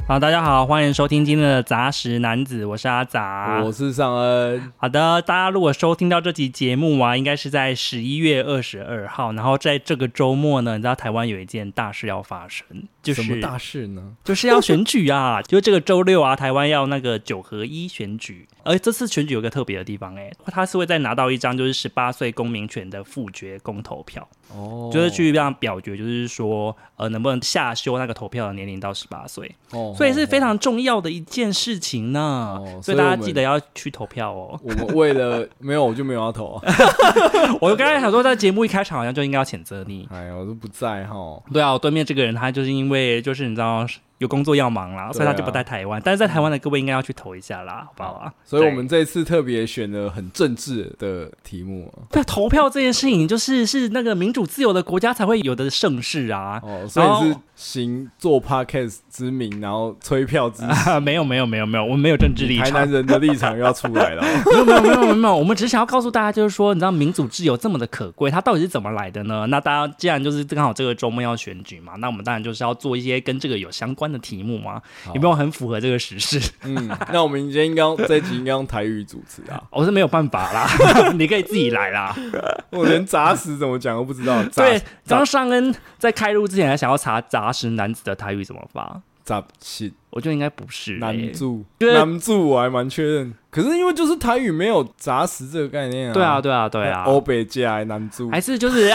好，大家好，欢迎收听今天的杂食男子，我是阿杂， 我是尚恩。 好的，大家如果收听到这集节目啊，应该是在11月22号，然后在这个周末呢，你知道台湾有一件大事要发生，就是什么大事呢？ 就是要选举啊，就是这个周六啊，台湾要那个9合1选举，而这次选举有个特别的地方，它是会再拿到一张就是18岁公民权的复决公投票。就是去让表决，就是说，能不能下修那个投票的年龄到18岁，所以是非常重要的一件事情呢。所以大家记得要去投票哦。 我们为了没有，我就没有要投啊。 我刚才想说，在节目一开场好像就应该要谴责你。 哎呀，我都不在哈。 对啊，我对面这个人他就是因为就是你知道。有工作要忙啦，所以他就不在台湾。但是在台湾的各位应该要去投一下啦，好不好啊？ 所以我们这次特别选了很政治的题目。 对，投票这件事情是那个民主自由的国家才会有的盛事啊。 所以是行做 podcast 之名，然后催票之实。 没有，我们没有政治立场。 台南人的立场又要出来了。 没有，我们只是想要告诉大家，就是说，你知道民主自由这么的可贵，它到底是怎么来的呢？那大家既然就是刚好这个周末要选举嘛，那我们当然就是要做一些跟这个有相关的题目嘛，有没有很符合这个时事？ 那我们今天这一集应该用台语主持啊。 我是没有办法啦，你可以自己来啦。 我连杂食怎么讲都不知道。 对，刚尚恩在开录之前还想要查杂食男子的台语怎么发。 杂食， 我觉得应该不是男主我还蛮确认。可是因为就是台语没有杂食这个概念啊。 对啊。 欧北加男主还是就是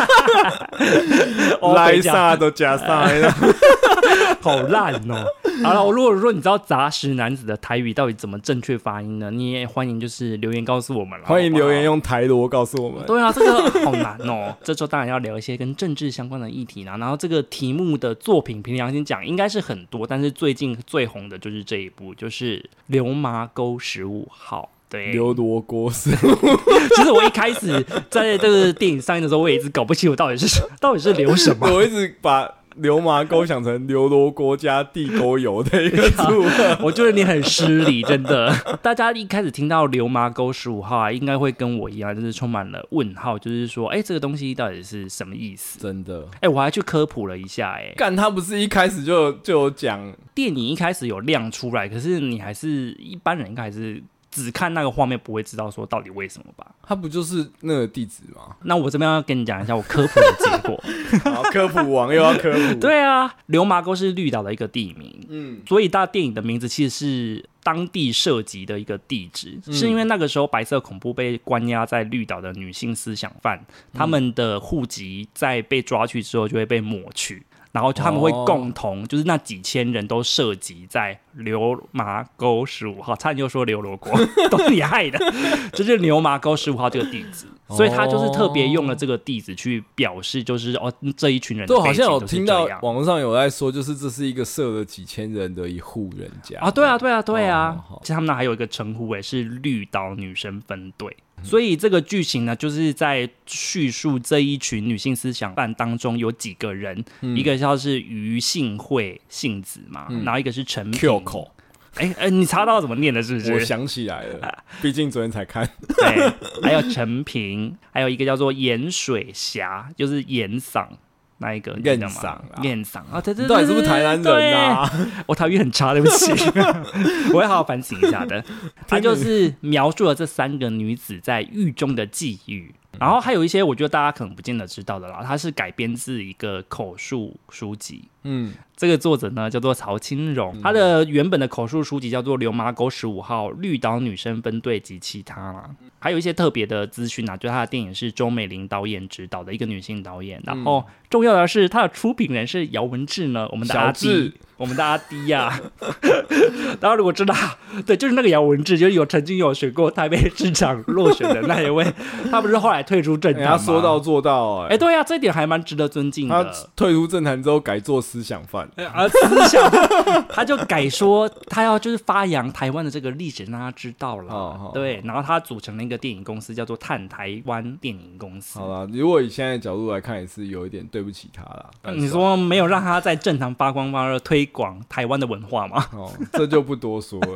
来啥都加啥， 好烂哦。好了，如果说你知道杂食男子的台语到底怎么正确发音呢？你也欢迎就是留言告诉我们了。 欢迎留言用台罗告诉我们。 对啊，这个好难哦。这周当然要聊一些跟政治相关的议题啦。然后这个题目的作品，凭良心讲应该是很多，但是最近最红的就是这一部，就是《流麻沟15号》。对， 刘罗锅是。 其实我一开始在这个电影上映的时候，我也一直搞不清楚到底是流什么。 我一直把流麻沟想成刘罗锅加地沟油的一个组合。 我觉得你很失礼，真的。大家一开始听到流麻沟15号啊，应该会跟我一样，就是充满了问号，就是说，这个东西到底是什么意思？ 真的。 我还去科普了一下， 干他不是一开始就有讲， 电影一开始有亮出来，可是你还是一般人应该还是。只看那个画面不会知道说到底为什么吧？ 它不就是那个地址吗？ 那我这边要跟你讲一下我科普的结果。 好，科普王又要科普。 对啊，流麻沟是绿岛的一个地名，所以大电影的名字其实是当地涉及的一个地址，是因为那个时候白色恐怖被关押在绿岛的女性思想犯，他们的户籍在被抓去之后就会被抹去。然后他们会共同，就是那几千人都涉及在流麻沟15号，差点就说刘罗锅，都是你害的，就是流麻沟15号这个地址，所以他就是特别用了这个地址去表示，就是这一群人的背景就是这样。 对，好像有听到网络上有在说，就是这是一个设了几千人的一户人家啊，对啊。其实他们那还有一个称呼是绿岛女生分队。所以这个剧情呢，就是在叙述这一群女性思想犯当中有几个人，一个叫是于幸惠幸子嘛，然后一个是陈平。你查到怎么念的是不是？ 我想起来了，毕竟昨天才看。 对，还有陈平，还有一个叫做盐水霞，就是盐嗓。那一个燕嗓啊，对， 到底是不是台南人啊？ 我台语很差，对不起，我会好好反省一下的。他就是描述了这3个女子在狱中的际遇，然后还有一些我觉得大家可能不见得知道的啦，它是改编自一个口述书籍。这个作者呢叫做曹清荣，他的原本的口述书籍叫做《流麻沟15号绿岛女生分队及其他》啦。还有一些特别的资讯啊，就是他的电影是周美玲导演执导的一个女性导演，然后重要的是他的出品人是姚文智呢，我们的阿弟，我们的阿弟呀。然后如果知道，对，就是那个姚文智，就是曾经有选过台北市长落选的那一位，他不是后来退出政坛吗？ 他说到做到， 对啊，这一点还蛮值得尊敬的。 他退出政坛之后改做思想犯， 思想他就改说他要就是发扬台湾的这个历史，让他知道了。对，然后他组成了一个电影公司，叫做探台湾电影公司。 好啦，如果以现在的角度来看，也是有一点对不起他啦。 你说没有让他在政坛发光发热，推广台湾的文化吗？ 这就不多说了啦。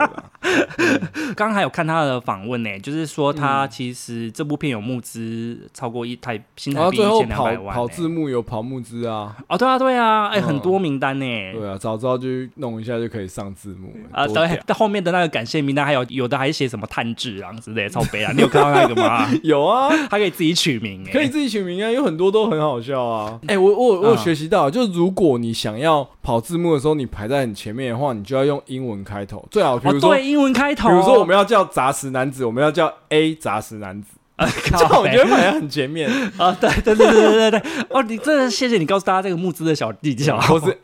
刚刚还有看他的访问呢，就是说他其实这部片有募资超过新台币1200万， 跑字幕有跑募资啊。 哦，对啊对啊，很多名单呢。 对啊，早知道就弄一下就可以上字幕啊。对，但后面的那个感谢名单有的还写什么炭治郎之类的，超悲啊！你有看到那个吗？ 有啊， 他可以自己取名， 可以自己取名啊，有很多都很好笑啊。我有学习到，就是如果你想要跑字幕的时候，你排在很前面的话，你就要用英文开头，最好比如说、 对，英文开头， 比如说我们要叫杂食男子，我们要叫 A 杂食男子。这样我觉得排在很前面啊！对，哦，你真的谢谢你告诉大家这个募资的小技巧， 或是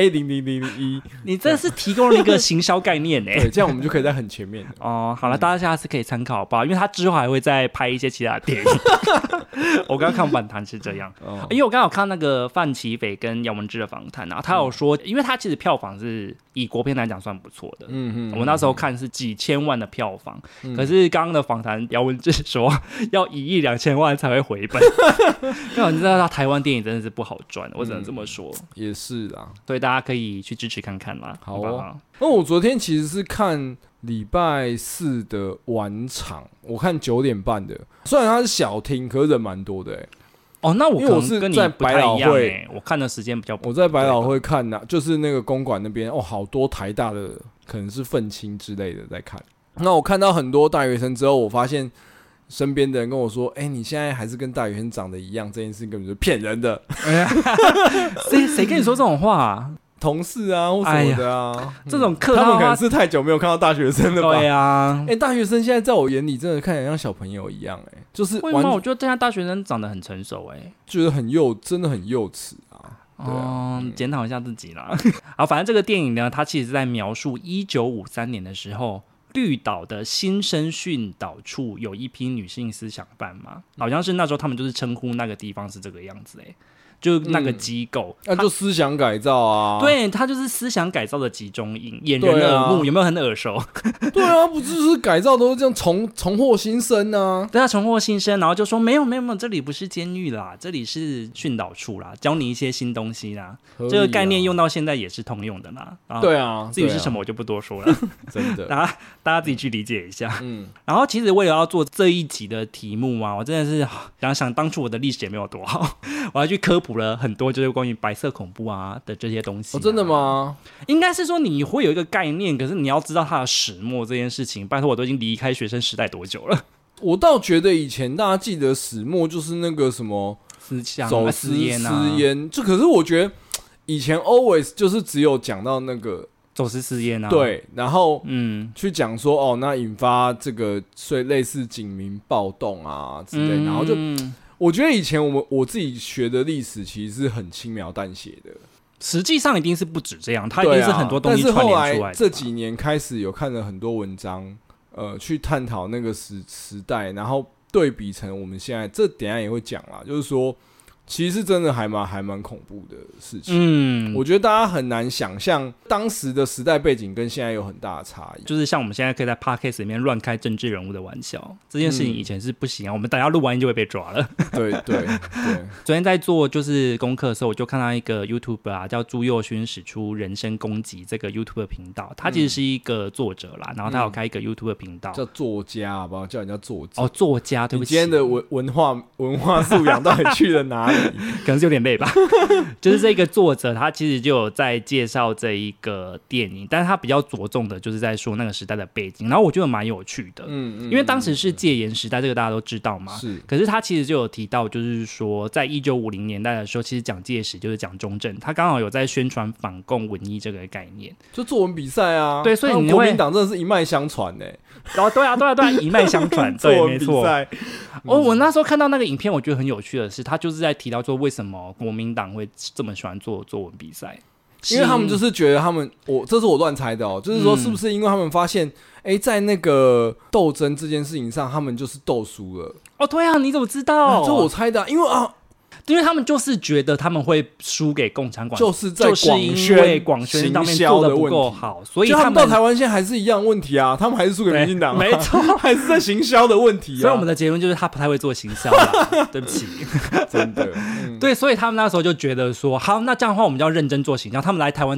A0001， 你真的是提供了一个行销概念呢。 对，这样我们就可以在很前面哦。好了，大家下次可以参考好不好？因为他之后还会再拍一些其他的电影。我刚刚看访谈是这样，因为我刚好看那个范琪斐跟姚文智的访谈啊，他有说，因为他其实票房是以国片来讲算不错的，我那时候看是几千万的票房，可是刚刚的访谈姚文智说。要1亿2千万才会回本，因为你知道台湾电影真的是不好赚，我只能这么说。 也是啦， 所以大家可以去支持看看啦。 好哦。那我昨天其实是看礼拜四的晚场，我看9点半的，虽然它是小厅，可是人蛮多的哦，那我因为我是在百老汇， 我看的时间比较不。 我在百老汇看就是那个公馆那边好多台大的可能是愤青之类的在看。那我看到很多大学生之后，我发现。身边的人跟我说：“你现在还是跟大学生长得一样，这件事根本就是骗人的。” 谁跟你说这种话啊？ 同事啊，或什么的啊， 这种课他们可能是太久没有看到大学生了吧？ 对啊， 大学生现在在我眼里真的看起来像小朋友一样，就是为什么？我觉得现在大学生长得很成熟， 觉得真的很幼稚啊。 检讨一下自己啦。好，反正这个电影呢，它其实在描述1953年的时候。绿岛的新生训导处有一批女性思想犯嘛，好像是那时候他们就是称呼那个地方是这个样子就那个机构， 那就思想改造啊。 对，它就是思想改造的集中营，掩人耳目，有没有很耳熟？ 对啊，不就是改造都是这样重获新生啊？ 对啊，重获新生，然后就说没有，这里不是监狱啦，这里是训导处啦，教你一些新东西啦。这个概念用到现在也是通用的啦。 对啊， 至于是什么我就不多说了， 真的， 大家自己去理解一下。然后其实为了要做这一集的题目啊，我真的是想当初我的历史也没有多好，我还去科普了很多就是关于白色恐怖啊的这些东西。 真的吗？ 应该是说你会有一个概念，可是你要知道它的始末这件事情，拜托我都已经离开学生时代多久了？ 我倒觉得以前大家记得始末就是那个什么走私烟啊， 就可是我觉得以前 always 就是只有讲到那个走私私烟啊， 对，然后去讲说那引发这个所以类似警民暴动啊之类，然后就。我觉得以前我自己学的历史其实是很轻描淡写的， 实际上一定是不止这样，它一定是很多东西串联出来的。 但是后来这几年开始有看了很多文章，去探讨那个时代，然后对比成我们现在，这等一下也会讲啦，就是说。其实真的还蛮恐怖的事情。我觉得大家很难想象当时的时代背景跟现在有很大的差异。 就是像我们现在可以在 Podcast 里面乱开政治人物的玩笑，这件事情以前是不行啊，我们等一下录完音就会被抓了。 对。 昨天在做就是功课的时候，我就看到一个 YouTuber 啊，叫朱佑勋使出人身攻击这个 YouTube 频道，他其实是一个作者啦，然后他有开一个 YouTube 频道， 叫作家，好不好？叫人家作者。 作家，对不起。 你今天的文化素养到底去了哪里？ 可能是有点累吧。就是这个作者他其实就有在介绍这一个电影，但是他比较着重的就是在说那个时代的背景，然后我觉得蛮有趣的。因为当时是戒严时代，这个大家都知道嘛。 是。 可是他其实就有提到，就是说在1950年代的时候，其实蒋介石就是蒋中正，他刚好有在宣传反共文艺这个概念， 就作文比赛啊。 对，所以你国民党真的是一脉相传对啊，一脉相传。对，没错。我那时候看到那个影片，我觉得很有趣的是，他就是在提到说为什么国民党会这么喜欢做作文比赛， 因为他们就是觉得这是我乱猜的就是说是不是因为他们发现在那个斗争这件事情上，他们就是斗输了。 对啊，你怎么知道？ 这我猜的因为他们就是觉得他们会输给共产党， 就是在广宣上面做的不够好，所以他们到台湾现在还是一样问题啊，他们还是输给民进党， 没错， 还是在行销的问题啊。 所以我们的结论就是他不太会做行销啦，对不起， 真的。 对，所以他们那时候就觉得说，好，那这样的话我们就要认真做行销。他们来台湾之后，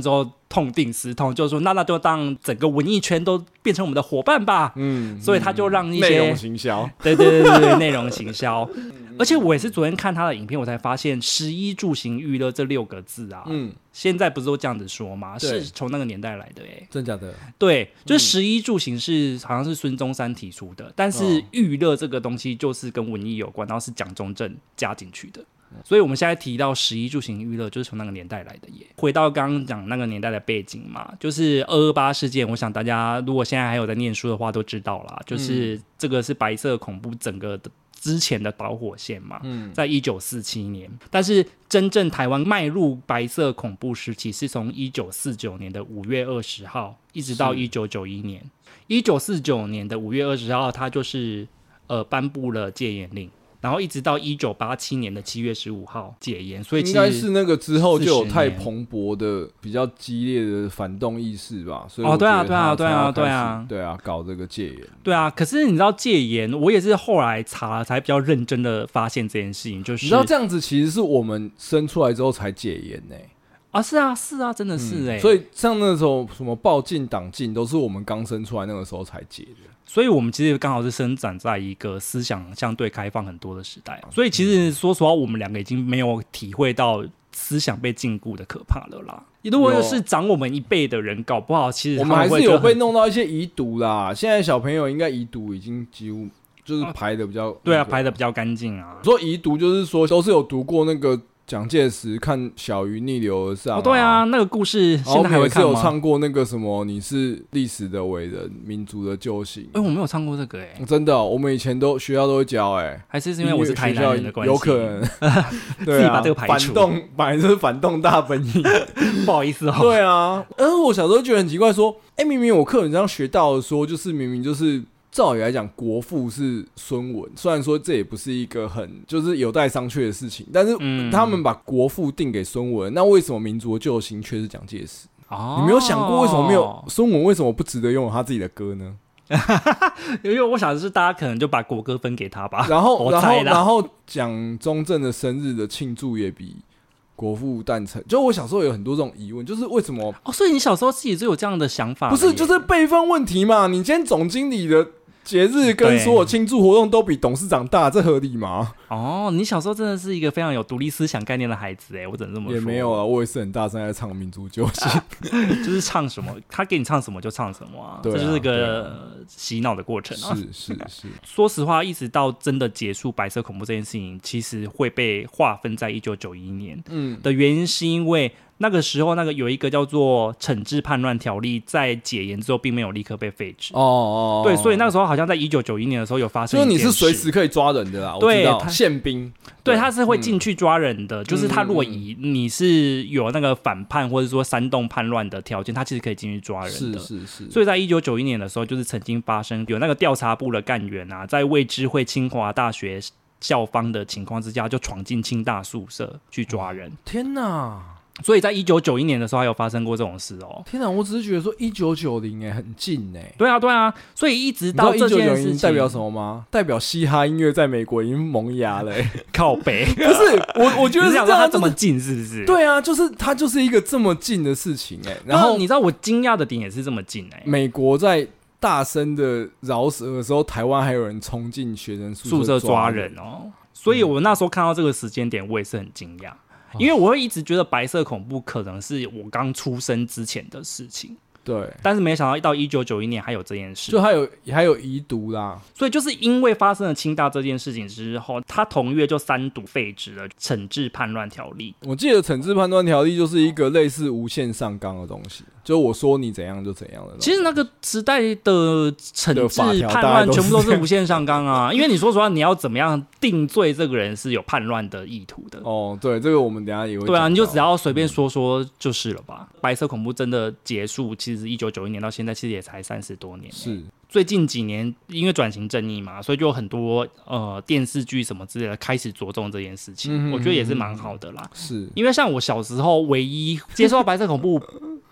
痛定思痛，就是说那就当整个文艺圈都变成我们的伙伴吧。所以他就让一些内容行销， 对，内容行销。而且我也是昨天看他的影片，我才发现食衣住行娱乐这6个字啊，现在不是都这样子说吗？是从那个年代来的真假的？ 对，就是食衣住行是好像是孙中山提出的，但是娱乐这个东西就是跟文艺有关，然后是蒋中正加进去的。所以我们现在提到食衣住行娱乐，就是从那个年代来的耶。回到刚刚讲那个年代的背景嘛，就是228事件，我想大家如果现在还有在念书的话都知道啦，就是这个是白色恐怖整个的之前的导火线嘛，在1947年，但是真正台湾迈入白色恐怖时期是从1949年的5月20号一直到1991年。1949年的5月20号，他就是颁布了戒严令。然后一直到1987年的7月15号解严，所以应该是那个之后就有太蓬勃的、比较激烈的反动意识吧。所以我觉得对啊，搞这个戒严。对啊， 可是你知道戒严，我也是后来查才比较认真的发现这件事情，就是你知道这样子其实是我们生出来之后才解严是啊，真的是所以像那时候什么报禁、党禁，都是我们刚生出来那个时候才解的。 所以我们其实刚好是生长在一个思想相对开放很多的时代，所以其实说实话，我们两个已经没有体会到思想被禁锢的可怕了啦。如果是长我们一辈的人，搞不好其实我们还是有被弄到一些遗毒啦。现在小朋友应该遗毒已经几乎就是排的比较对啊，排的比较干净啊。 说遗毒就是说都是有读过那个蒋介石看小鱼逆流而上对啊，那个故事现在还会看吗？ 有唱过那个什么你是历史的伟人，民族的救星。 我没有唱过这个真的我们以前学校都会教还是因为我是台南人的关系？ 有可能自己把这个排除。 反动本来就是反动大本营不好意思对啊，我小时候觉得很奇怪说明明我课本上学到的说就是明明就是照理来讲，国父是孙文，虽然说这也不是一个很就是有待商榷的事情，但是他们把国父定给孙文，那为什么民族的救星却是蒋介石？你没有想过为什么没有孙文？为什么不值得拥有他自己的歌呢？ 因为我想的是大家可能就把国歌分给他吧。 然后蒋中正的生日的庆祝也比国父诞辰，就我小时候有很多这种疑问，就是为什么？ 所以你小时候自己就有这样的想法？ 不是，就是辈分问题嘛？你今天总经理的节日跟所有庆祝活动都比董事长大，这合理吗？ 你小时候真的是一个非常有独立思想概念的孩子我只能这么说。 也没有啊，我也是很大声在唱民族救星就是唱什么，他给你唱什么就唱什么啊，这就是个洗脑的过程啊。 是。 说实话，一直到真的结束白色恐怖这件事情，其实会被划分在1991年的原因，是因为那个时候有一个叫做惩治叛乱条例，在解严之后并没有立刻被废止。对，所以那个时候好像在1991年的时候有发生一件事， 就是你是随时可以抓人的啦。我知道宪兵， 对，他是会进去抓人的，就是他如果你是有那个反叛或者说煽动叛乱的条件，他其实可以进去抓人的。 是。 所以在1991年的时候，就是曾经发生有那个调查部的干员在未知会清华大学校方的情况之下，就闯进清大宿舍去抓人。 天哪！ 所以在1991年的时候还有发生过这种事天哪，我只是觉得说1990很近对啊，所以一直到这件事情代表什么吗？代表嘻哈音乐在美国已经萌芽了靠北不是我觉得是这样， 它这么近是不是？ 对啊，就是它就是一个这么近的事情然后你知道我惊讶的点也是这么近美国在大声的饶舌的时候，台湾还有人冲进学生宿舍抓人所以我那时候看到这个时间点，我也是很惊讶。因为我会一直觉得白色恐怖可能是我刚出生之前的事情， 对， 但是没想到到1991年还有这件事， 就还有遗毒啦。 所以就是因为发生了清大这件事情之后，他同月就3读废止了惩治叛乱条例。 我记得惩治叛乱条例就是一个类似无限上纲的东西，就我说你怎样就怎样的。 其实那个时代的惩治叛乱全部都是无限上纲啊，因为你说实话，你要怎么样定罪这个人是有叛乱的意图的。 对，这个我们等一下也会讲到。 对啊，你就只要随便说就是了吧。白色恐怖真的结束，其实1991年到现在其实也才30多年。 是。 最近几年因为转型正义嘛，所以就有很多电视剧什么之类的开始着重这件事情，我觉得也是蛮好的啦。 是因为像我小时候唯一接受到白色恐怖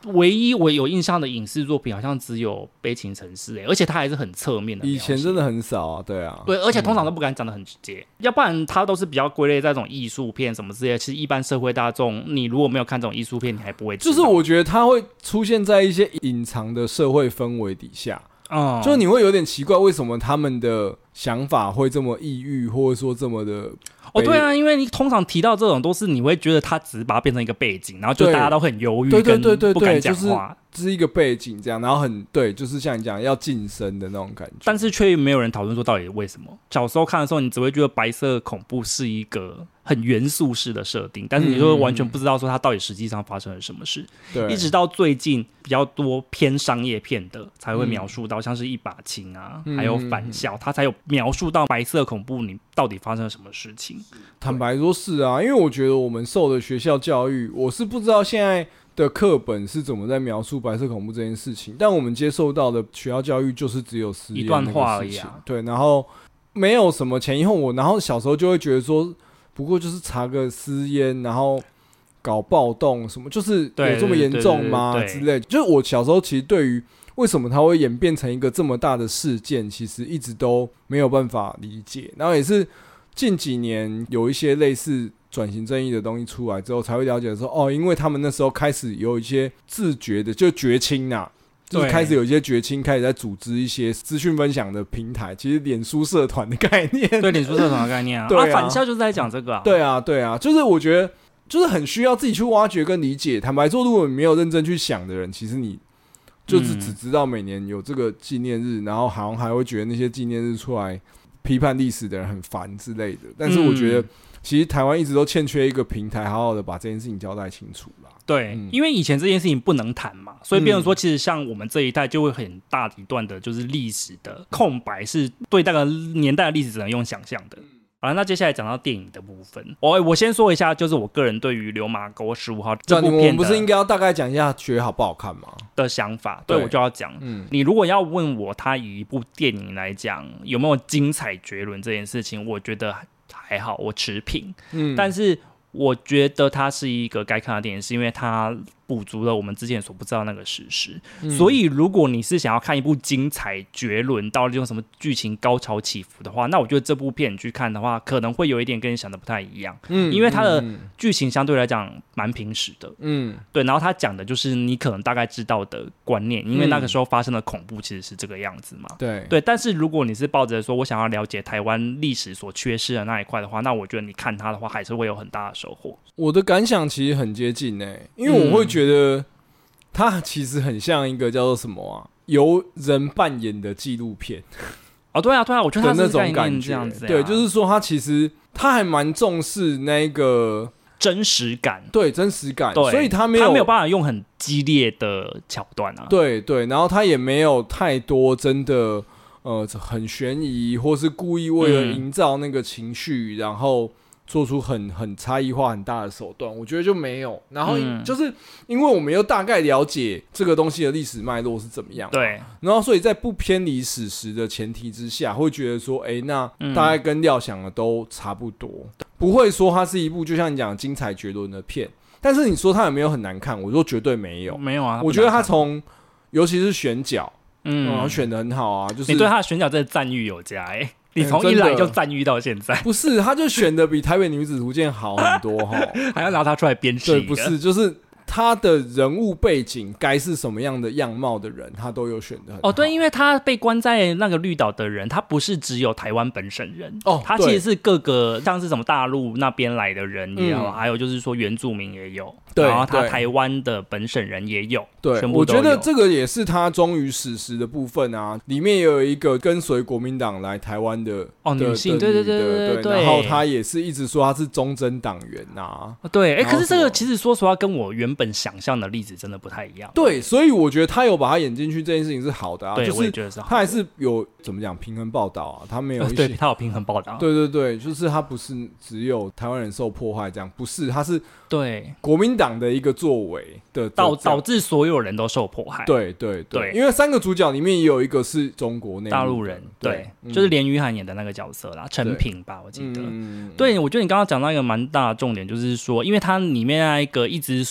唯一我有印象的影视作品好像只有《悲情城市》而且它还是很侧面的描写， 以前真的很少啊，对啊， 对，而且通常都不敢讲得很直接，要不然它都是比较归类在这种艺术片什么之类的。其实一般社会大众，你如果没有看这种艺术片，你还不会知道。 就是我觉得它会出现在一些隐藏的社会氛围底下。就你会有点奇怪，为什么他们的想法会这么抑郁，或者说这么的对啊，因为你通常提到这种都是你会觉得他只是把它变成一个背景，然后就大家都很忧郁，跟不敢讲话， 就是一个背景这样，然后很对，就是像你讲要晋升的那种感觉， 但是却没有人讨论说到底为什么。小时候看的时候，你只会觉得白色恐怖是一个很元素式的设定，但是你就完全不知道说它到底实际上发生了什么事。对，一直到最近比较多偏商业片的才会描述到，像是一把青啊，还有返校，它才有描述到白色恐怖你到底发生了什么事情。 坦白说是啊，因为我觉得我们受的学校教育，我是不知道现在的课本是怎么在描述白色恐怖这件事情，但我们接受到的学校教育就是只有私烟一段话而已啊。对，然后没有什么前因后果，然后小时候就会觉得说，不过就是查个私烟，然后搞暴动什么，就是有这么严重吗之类的。就是我小时候其实对于为什么它会演变成一个这么大的事件，其实一直都没有办法理解，然后也是近几年有一些类似转型正义的东西出来之后，才会了解说，因为他们那时候开始有一些自觉的，就觉青啊，就是开始有一些觉青，开始在组织一些资讯分享的平台，其实脸书社团的概念， 对，脸书社团的概念啊， 对啊， 返校就是在讲这个啊， 对啊，对啊，就是我觉得就是很需要自己去挖掘跟理解。坦白说，如果你没有认真去想的人，其实你就是只知道每年有这个纪念日，然后好像还会觉得那些纪念日出来批判历史的人很烦之类的。但是我觉得，其实台湾一直都欠缺一个平台，好好的把这件事情交代清楚啦。 对，因为以前这件事情不能谈嘛，所以变成说，其实像我们这一代就会很大一段的，就是历史的空白，是对那个年代的历史只能用想象的。好了，那接下来讲到电影的部分，我先说一下，就是我个人对于《流马沟15号》这部片的，我们不是应该要大概讲一下觉得好不好看吗？ 的想法，对，我就要讲。你如果要问我，它以一部电影来讲有没有精彩绝伦这件事情，我觉得还好，我持平。但是我觉得它是一个该看的电影，是因为它补足了我们之前所不知道那个事实。所以如果你是想要看一部精彩绝伦到用什么剧情高潮起伏的话，那我觉得这部片你去看的话，可能会有一点跟你想的不太一样。因为它的剧情相对来讲蛮平实的。对，然后它讲的就是你可能大概知道的观念，因为那个时候发生的恐怖其实是这个样子嘛。对，但是如果你是抱着说我想要了解台湾历史所缺失的那一块的话，那我觉得你看它的话还是会有很大的收获。 我的感想其实很接近因为我会觉得它其实很像一个叫做什么啊，由人扮演的纪录片。 对啊，我觉得它是那种感觉， 这样子。 对，就是说它其实它还蛮重视那个真实感， 对真实感，所以它没有办法用很激烈的桥段啊。 对，然后它也没有太多真的很悬疑，或是故意为了营造那个情绪，然后做出很差异化很大的手段，我觉得就没有。然后就是因为我们又大概了解这个东西的历史脉络是怎么样， 对， 然后所以在不偏离史实的前提之下，会觉得说，那大概跟料想的都差不多，不会说它是一部就像你讲的精彩绝伦的片。但是你说它有没有很难看？我说绝对没有， 没有啊。 我觉得它尤其是选角，选得很好啊，就是你对他的选角真的赞誉有加你从一来就赞誉到现在， 不是？他就选的比《台北女子图鉴》好很多还要拿他出来编织。 对，不是，就是他的人物背景该是什么样的样貌的人，他都有选的很好。 对，因为他被关在那个绿岛的人，他不是只有台湾本省人他其实是各个像是什么大陆那边来的人也有，还有就是说原住民也有，然后他台湾的本省人也有， 对， 全部都有。 我觉得这个也是他忠于史实的部分啊。里面也有一个跟随国民党来台湾的女性，对， 然后他也是一直说他是忠贞党员啊。 对，可是这个其实说实话，跟我原本想象的例子真的不太一样。 对，所以我觉得他有把他演进去这件事情是好的啊。 对，我也觉得是好的。 他还是有怎么讲平衡报道啊，他没有一些对，他有平衡报道。 对，就是他不是只有台湾人受迫害这样，不是，他是对国民党的一个作为的导致所有人都受迫害。 对，因为3个主角里面也有一个是中国大陆人，对，就是连俞涵演的那个角色啦，陈平吧，我记得。对，我觉得你刚刚讲到一个蛮大的重点，就是说，因为他里面那一个一直说自己是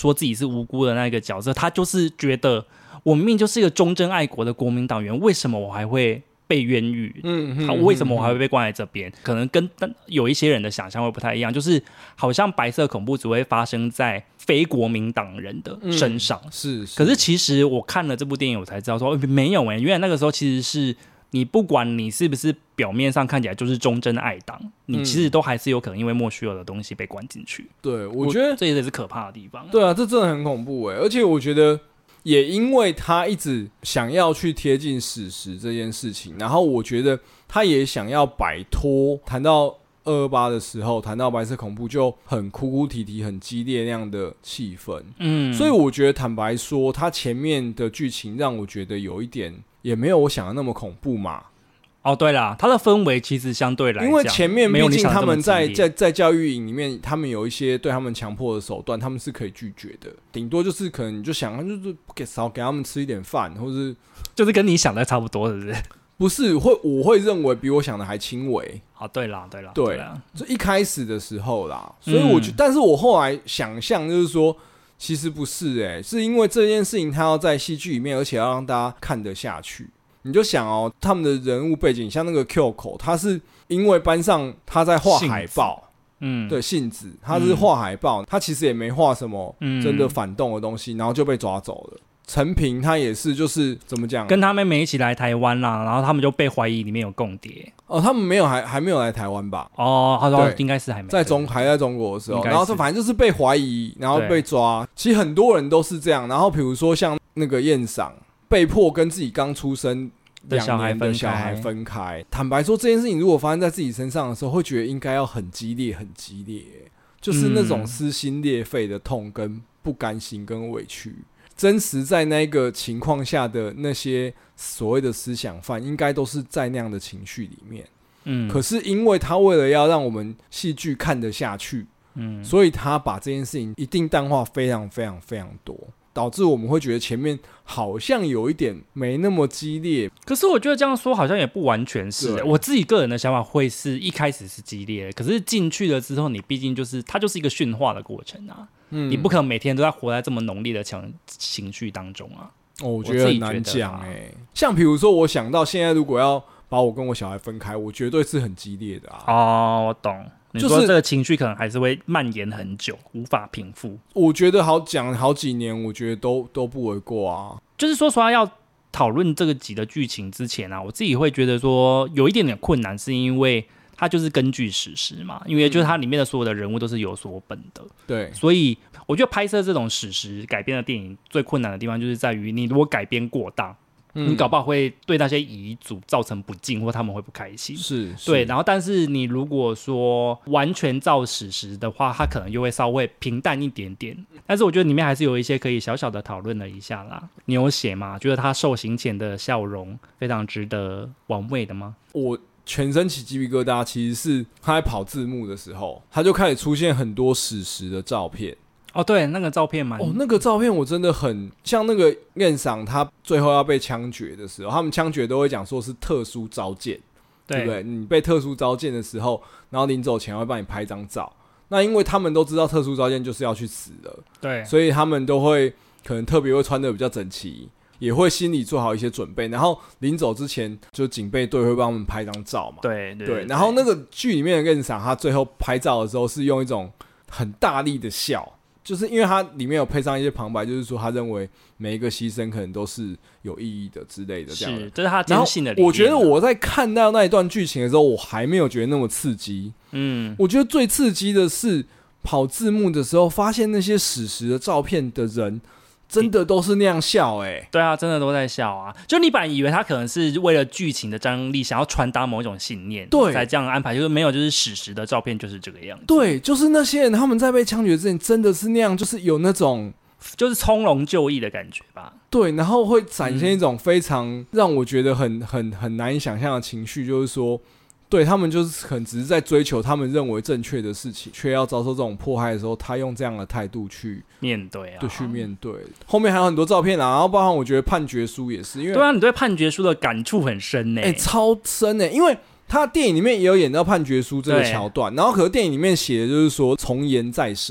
无辜的那个角色，他就是觉得我明明就是一个忠贞爱国的国民党员，为什么我还会被冤狱？为什么我还会被关在这边？可能跟有一些人的想象会不太一样，就是好像白色恐怖只会发生在非国民党人的身上。 是， 可是其实我看了这部电影，我才知道说没有原来那个时候其实是你不管你是不是表面上看起来就是忠贞爱党，你其实都还是有可能因为莫须有的东西被关进去。 对，我觉得这也是可怕的地方。 对啊，这真的很恐怖而且我觉得。也因为他一直想要去贴近史实这件事情，然后我觉得他也想要摆脱谈到228的时候，谈到白色恐怖就很哭哭啼啼、很激烈那样的气氛。所以我觉得坦白说，他前面的剧情让我觉得有一点也没有我想的那么恐怖嘛。 哦，对啦，它的氛围其实相对来讲， 因为前面毕竟他们在教育营里面，他们有一些对他们强迫的手段，他们是可以拒绝的。顶多就是可能你就想，就是少给他们吃一点饭，或是就是跟你想的差不多，是不是？ 不是，我会认为比我想的还轻微。 哦，对啦， 就一开始的时候啦，所以我但是我后来想象就是说，其实不是是因为这件事情它要在戏剧里面，而且要让大家看得下去。你就想哦，他们的人物背景，像那个 Kyoko， 他是因为班上他在画海报，对，杏子，他是画海报，他其实也没画什么真的反动的东西，然后就被抓走了。陈平他也是，就是怎么讲， 跟他妹妹一起来台湾啦，然后他们就被怀疑里面有共谍。 哦，他们没有还没有来台湾吧？ 哦，他说应该是还没还在中国的时候，然后他反正就是被怀疑，然后被抓。其实很多人都是这样。然后比如说像那个燕赏，被迫跟自己刚出生2年的小孩分开。坦白说，这件事情如果发生在自己身上的时候，会觉得应该要很激烈，很激烈，就是那种撕心裂肺的痛、跟不甘心、跟委屈。真实在那个情况下的那些所谓的思想犯，应该都是在那样的情绪里面。可是因为他为了要让我们戏剧看得下去，所以他把这件事情一定淡化非常非常非常多。导致我们会觉得前面好像有一点没那么激烈， 可是我觉得这样说好像也不完全是。我自己个人的想法会是一开始是激烈的，可是进去了之后，你毕竟它就是一个驯化的过程啊。你不可能每天都在活在这么浓烈的情绪当中啊。 我觉得很难讲像比如说，我想到现在如果要把我跟我小孩分开，我绝对是很激烈的啊。 哦，我懂。你说这个情绪可能还是会蔓延很久，无法平复。 我觉得讲好几年，我觉得都不为过啊。 就是说要讨论这个集的剧情之前啊，我自己会觉得说有一点点困难，是因为它就是根据史实嘛，因为就是它里面的所有的人物都是有所本的。 对， 所以我觉得拍摄这种史实改编的电影最困难的地方就是在于，你如果改编过大。你搞不好会对那些遗族造成不敬，或他们会不开心。 是对，然后但是你如果说完全照史实的话，它可能就会稍微平淡一点点。但是我觉得里面还是有一些可以小小的讨论了一下啦。你有写吗？觉得他受刑前的笑容非常值得玩味的吗？ 我全身起鸡皮疙瘩，其实是他在跑字幕的时候，他就开始出现很多史实的照片。 哦，对，那个照片那个照片我真的很像那个燕赏，他最后要被枪决的时候，他们枪决都会讲说是特殊召见，对不对？你被特殊召见的时候，然后临走前会帮你拍张照。那因为他们都知道特殊召见就是要去死的， 对， 所以他们都会可能特别会穿得比较整齐，也会心里做好一些准备。然后临走之前，就警备队会帮他们拍张照嘛。 对。 然后那个剧里面的燕赏，他最后拍照的时候是用一种很大力的笑。就是因为它里面有配上一些旁白，就是说他认为每一个牺牲可能都是有意义的之类的，这样的。 是，这是他坚信的理念。 我觉得我在看到那一段剧情的时候，我还没有觉得那么刺激。我觉得最刺激的是跑字幕的时候，发现那些史实的照片的人。真的都是那样笑对啊，真的都在笑啊！就你本来以为他可能是为了剧情的张力，想要传达某一种信念，对，才这样安排，就是没有，就是史实的照片就是这个样子。 对，就是那些人他们在被枪决之前，真的是那样，就是有那种就是从容就义的感觉吧。 对，然后会展现一种非常让我觉得很难以想象的情绪，就是说。对，他们就是可能只是在追求他们认为正确的事情，却要遭受这种迫害的时候，他用这样的态度去面对啊， 对，去面对。后面还有很多照片啊，然后包含我觉得判决书也是，因为对啊，你对判决书的感触很深超深因为他电影里面也有演到判决书这个桥段，然后可是电影里面写的就是说从严再审，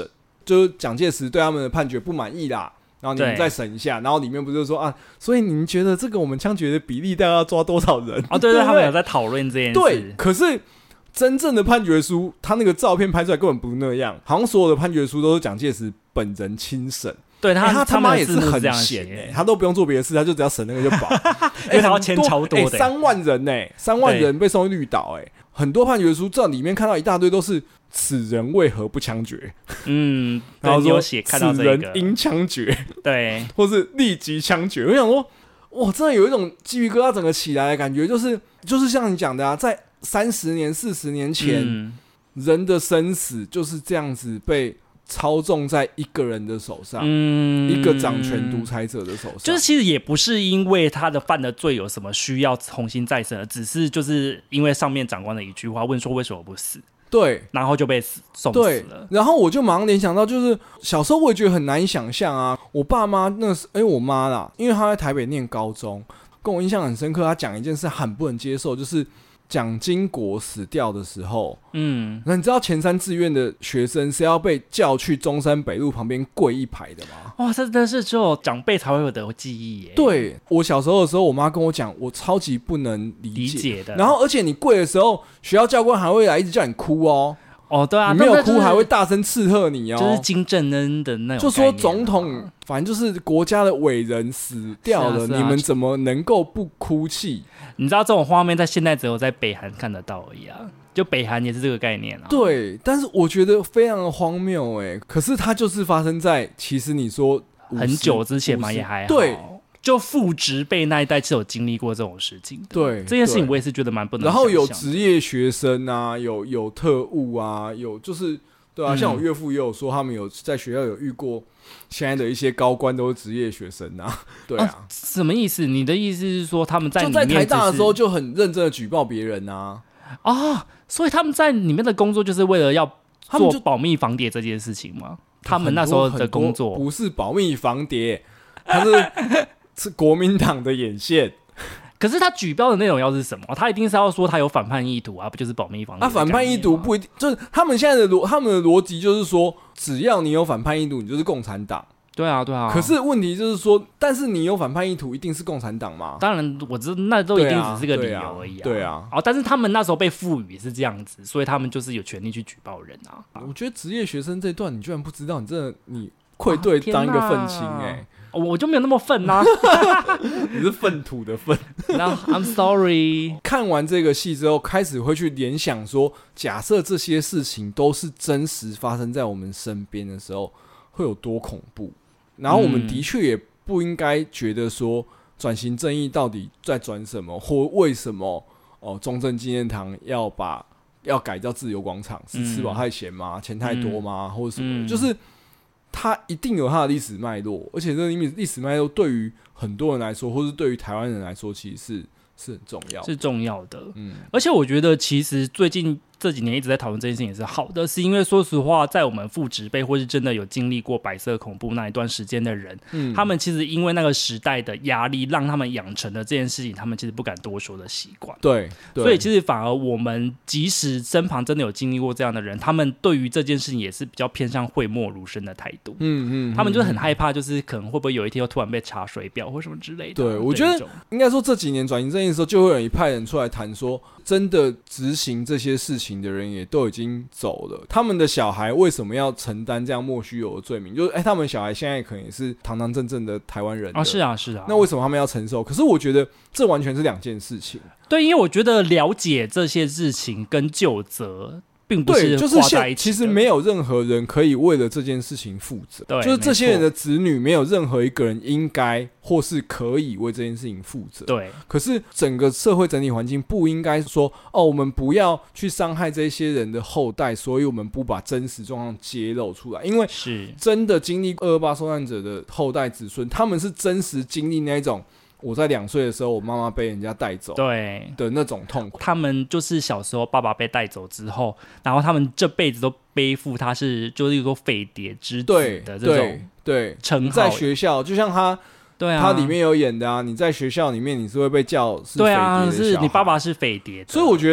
就是蒋介石对他们的判决不满意啦，然后你们再审一下，然后里面不是说啊，所以你们觉得这个我们枪决的比例大概要抓多少人？ 哦，对对，他们有在讨论这件事。 对，可是真正的判决书，他那个照片拍出来根本不是那样，好像所有的判决书都是蒋介石本人亲审。 对他妈也是很闲他都不用做别的事，他就只要审那个就保， 因为他要签超多的 ，3万人3万人被送去绿岛很多判决书这里面看到一大堆都是此人为何不枪决， 然后说看到此人应枪决， 对， 或是立即枪决。我想说，哇，真的有一种鸡皮疙瘩整个起来的感觉，就是像你讲的啊，在30年、40年前，人的生死就是这样子被操纵在一个人的手上，一个掌权独裁者的手上。 就是其实也不是因为他的犯的罪有什么需要重新再审，只是就是因为上面长官的一句话问说为什么不死， 对， 然后就被送死了。 然后我就马上联想到，就是小时候我也觉得很难以想象啊，我爸妈我妈啦，因为她在台北念高中，跟我印象很深刻，她讲一件事很不能接受，就是蒋经国死掉的时候，那你知道前3志愿的学生是要被叫去中山北路旁边跪一排的吗？ 哇，这真的是只有长辈才会有的记忆耶。 对，我小时候的时候，我妈跟我讲，我超级不能理解的。 然后，而且你跪的时候，学校教官还会来一直叫你哭哦。 哦，对啊， 你没有哭还会大声斥喝你哦， 就是金正恩的那种， 就说总统，反正就是国家的伟人死掉了，你们怎么能够不哭泣？ 你知道这种画面在现在只有在北韩看得到而已啊，就北韩也是这个概念啊。 对，但是我觉得非常的荒谬可是它就是发生在其实你说很久之前嘛，也还好。 对。 就父执辈那一代是有经历过这种事情的， 对这件事情我也是觉得蛮不能想象的。 然后有职业学生啊，有特务啊，有就是对啊，像我岳父也有说，他们有在学校有遇过现在的一些高官都是职业学生啊，对啊， 什么意思？你的意思是说他们在里面就在台大的时候就很认真的举报别人啊？ 所以他们在里面的工作就是为了要做保密防谍这件事情吗？他们那时候的工作不是保密防谍，他是国民党的眼线。 可是他举报的内容要是什么？他一定是要说他有反叛意图啊，不就是保密防谍？ 反叛意图不一定，就是他们现在的他们的逻辑就是说，只要你有反叛意图，你就是共产党。 对啊，对啊。 可是问题就是说，但是你有反叛意图，一定是共产党吗？ 当然，我知道那都一定只是个理由而已啊。 对啊。 但是他们那时候被赋予是这样子，所以他们就是有权利去举报人啊。 我觉得职业学生这段你居然不知道，你真的你愧对当一个愤青我就没有那么愤啊， 你是粪土的粪。 那 I'm sorry。 看完这个戏之后，开始会去联想说，假设这些事情都是真实发生在我们身边的时候，会有多恐怖。然后我们的确也不应该觉得说，转型正义到底在转什么，或为什么中正纪念堂要改叫自由广场，是吃饱太闲吗？钱太多吗？或者什么？就是它一定有它的历史脉络，而且这个历史脉络对于很多人来说，或是对于台湾人来说，其实是很重要的， 是重要的。而且我觉得其实最近这几年一直在讨论这件事情也是好的，是因为说实话，在我们父执辈或是真的有经历过白色恐怖那一段时间的人，他们其实因为那个时代的压力，让他们养成了这件事情，他们其实不敢多说的习惯。 对， 所以其实反而我们即使身旁真的有经历过这样的人，他们对于这件事情也是比较偏向讳莫如深的态度。他们就很害怕，就是可能会不会有一天又突然被查水表或什么之类的。 对，我觉得应该说这几年转型正义的时候，就会有一派人出来谈说，真的执行这些事情的人也都已经走了，他们的小孩为什么要承担这样莫须有的罪名？就是他们小孩现在可能也是堂堂正正的台湾人是啊， 那为什么他们要承受？可是我觉得这完全是两件事情。 对，因为我觉得了解这些事情跟究责并不是就是其实没有任何人可以为了这件事情负责，就是这些人的子女没有任何一个人应该或是可以为这件事情负责。 对，可是整个社会整体环境不应该说我们不要去伤害这些人的后代，所以我们不把真实状况揭露出来，因为是真的经历228受难者的后代子孙，他们是真实经历那种我在2岁的时候，我妈妈被人家带走的那种痛苦。 他们就是小时候爸爸被带走之后，然后他们这辈子都背负他是就是一个匪谍之子的这种称号。 在学校就像他里面有演的啊，你在学校里面你是会被叫是匪谍的小孩， 是你爸爸是匪谍的。 所以我觉得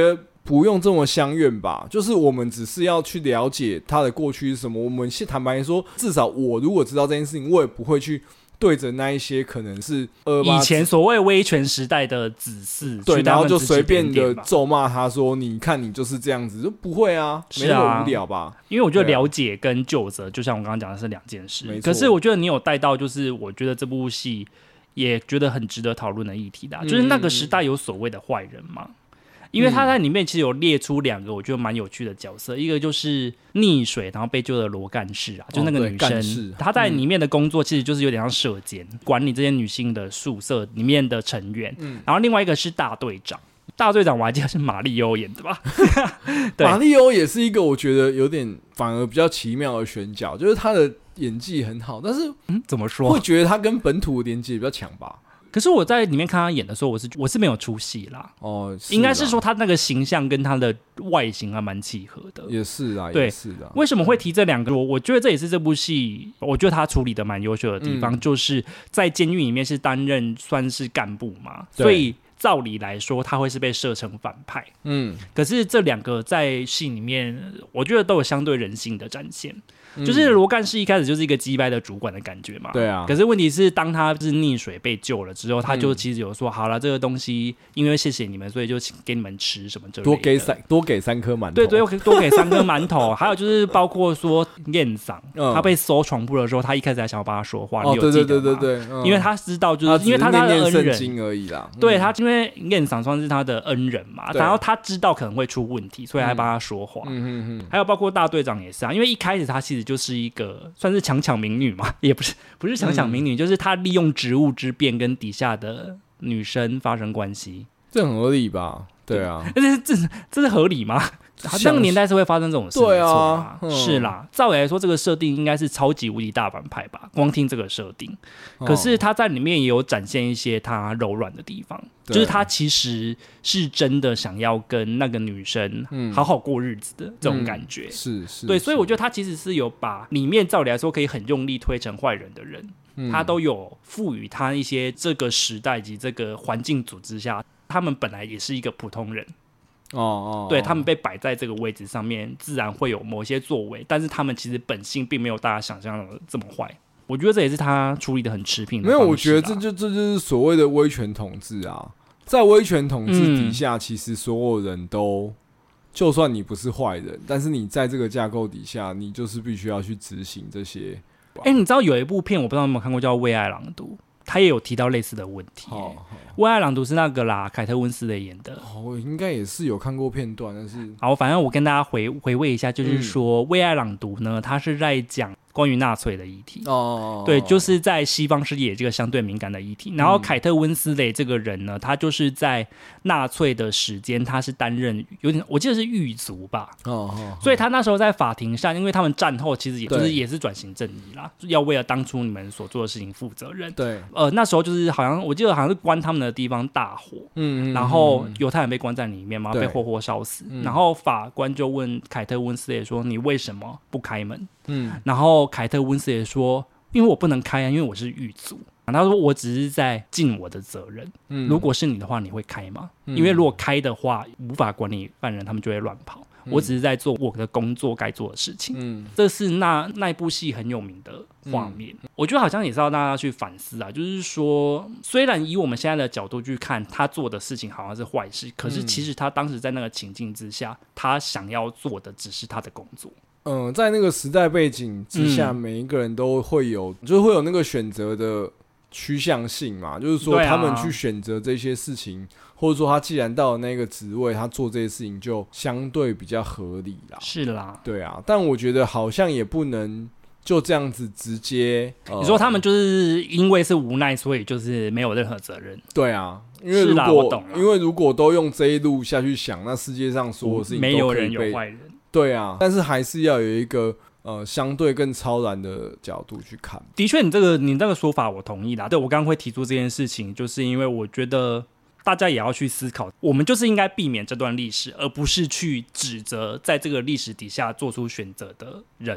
不用这么相怨吧，就是我们只是要去了解他的过去是什么。我们坦白说，至少我如果知道这件事情，我也不会去对着那一些可能是以前所谓威权时代的子嗣， 对，然后就随便的咒骂他说：“你看你就是这样子。”就不会啊，没那么无聊吧？ 因为我觉得了解跟究责，就像我刚刚讲的是两件事。可是我觉得你有带到，就是我觉得这部戏也觉得很值得讨论的议题的，就是那个时代有所谓的坏人嘛。因为他在里面其实有列出2个我觉得蛮有趣的角色，一个就是溺水然后被救的罗干事啊，就是那个女生，她在里面的工作其实就是有点像舍监，管理这些女性的宿舍里面的成员。然后另外一个是大队长，大队长我还记得是马里欧演的吧？对， 马里欧也是一个我觉得有点反而比较奇妙的选角，就是他的演技很好，但是怎么说？ 会觉得他跟本土的连接比较强吧？ 可是我在里面看他演的时候，我是没有出戏啦。哦，应该是说他那个形象跟他的外形还蛮契合的。 也是啊， 对， 也是的。 为什么会提这2个？我觉得这也是这部戏，我觉得他处理的蛮优秀的地方，就是在监狱里面是担任算是干部嘛，所以照理来说他会是被设成反派。可是这2个在戏里面，我觉得都有相对人性的展现。就是罗干事一开始就是一个鸡掰的主管的感觉嘛， 对啊。 可是问题是，当他是溺水被救了之后，他就其实有说，好了，这个东西因为谢谢你们，所以就给你们吃什么之类的，多给3颗馒头，对，多给3颗馒头。还有就是包括说燕嗓，他被搜床铺的时候，他一开始还想要帮他说话，你有记得吗？对，因为他知道，就是因为他的恩人而已啦。 对他，因为燕嗓算是他的恩人嘛，然后他知道可能会出问题，所以还帮他说话。还有包括大队长也是啊，因为一开始他其实就是一个算是强抢民女嘛，也不是强抢民女，就是他利用职务之便跟底下的女生发生关系， 这很合理吧？对啊， 这是合理吗？那个年代是会发生这种事， 对啊， 是啦。照理来说，这个设定应该是超级无敌大反派吧？光听这个设定，可是他在里面也有展现一些他柔软的地方，就是他其实是真的想要跟那个女生好好过日子的这种感觉。 是， 对，所以我觉得他其实是有把里面照理来说可以很用力推成坏人的人，他都有赋予他一些这个时代及这个环境组织下，他们本来也是一个普通人。对，他们被摆在这个位置上面，自然会有某些作为，但是他们其实本性并没有大家想象的这么坏。我觉得这也是他处理的很持平的方式。 没有，我觉得这就是所谓的威权统治啊。在威权统治底下，其实所有人都，就算你不是坏人，但是你在这个架构底下，你就是必须要去执行这些。 你知道有一部片我不知道你有没有看过，叫《为爱朗读》。他也有提到类似的问题。为爱朗读是那个啦，凯特温斯雷演的。 我应该也是有看过片段，但是好，反正我跟大家回味一下，就是说为爱朗读呢，他是在讲关于纳粹的议题。对，就是在西方世界这个相对敏感的议题。然后凯特温斯雷这个人呢，他就是在纳粹的时间，他是担任有点，我记得是狱卒吧。所以他那时候在法庭上，因为他们战后其实也是转型正义啦，要为了当初你们所做的事情负责任。 对， 那时候就是我记得好像是关他们的地方大火，然后犹太人被关在里面嘛，被活活烧死。然后法官就问凯特温斯雷说：“你为什么不开门？”然后凯特温斯雷说：“因为我不能开啊，因为我是狱卒。”他说：“我只是在尽我的责任。如果是你的话，你会开吗？因为如果开的话，无法管理犯人，他们就会乱跑。我只是在做我的工作该做的事情。”这是那一部戏很有名的画面。我觉得好像也是要大家去反思啊，就是说，虽然以我们现在的角度去看，他做的事情好像是坏事，可是其实他当时在那个情境之下，他想要做的只是他的工作。 在那个时代背景之下，每一个人都会有，就是会有那个选择的趋向性嘛，就是说他们去选择这些事情，或者说他既然到了那个职位，他做这些事情就相对比较合理啦。 是啦， 对啊，但我觉得好像也不能就这样子直接。 你说他们就是因为是无奈，所以就是没有任何责任。 对啊，因为如果都用这一路下去想，那世界上所有事情都可以被， 没有人有坏人。 对啊，但是还是要有一个相对更超然的角度去看。 的确，你这个说法我同意啦。对，我刚刚会提出这件事情，就是因为我觉得大家也要去思考，我们就是应该避免这段历史，而不是去指责在这个历史底下做出选择的人。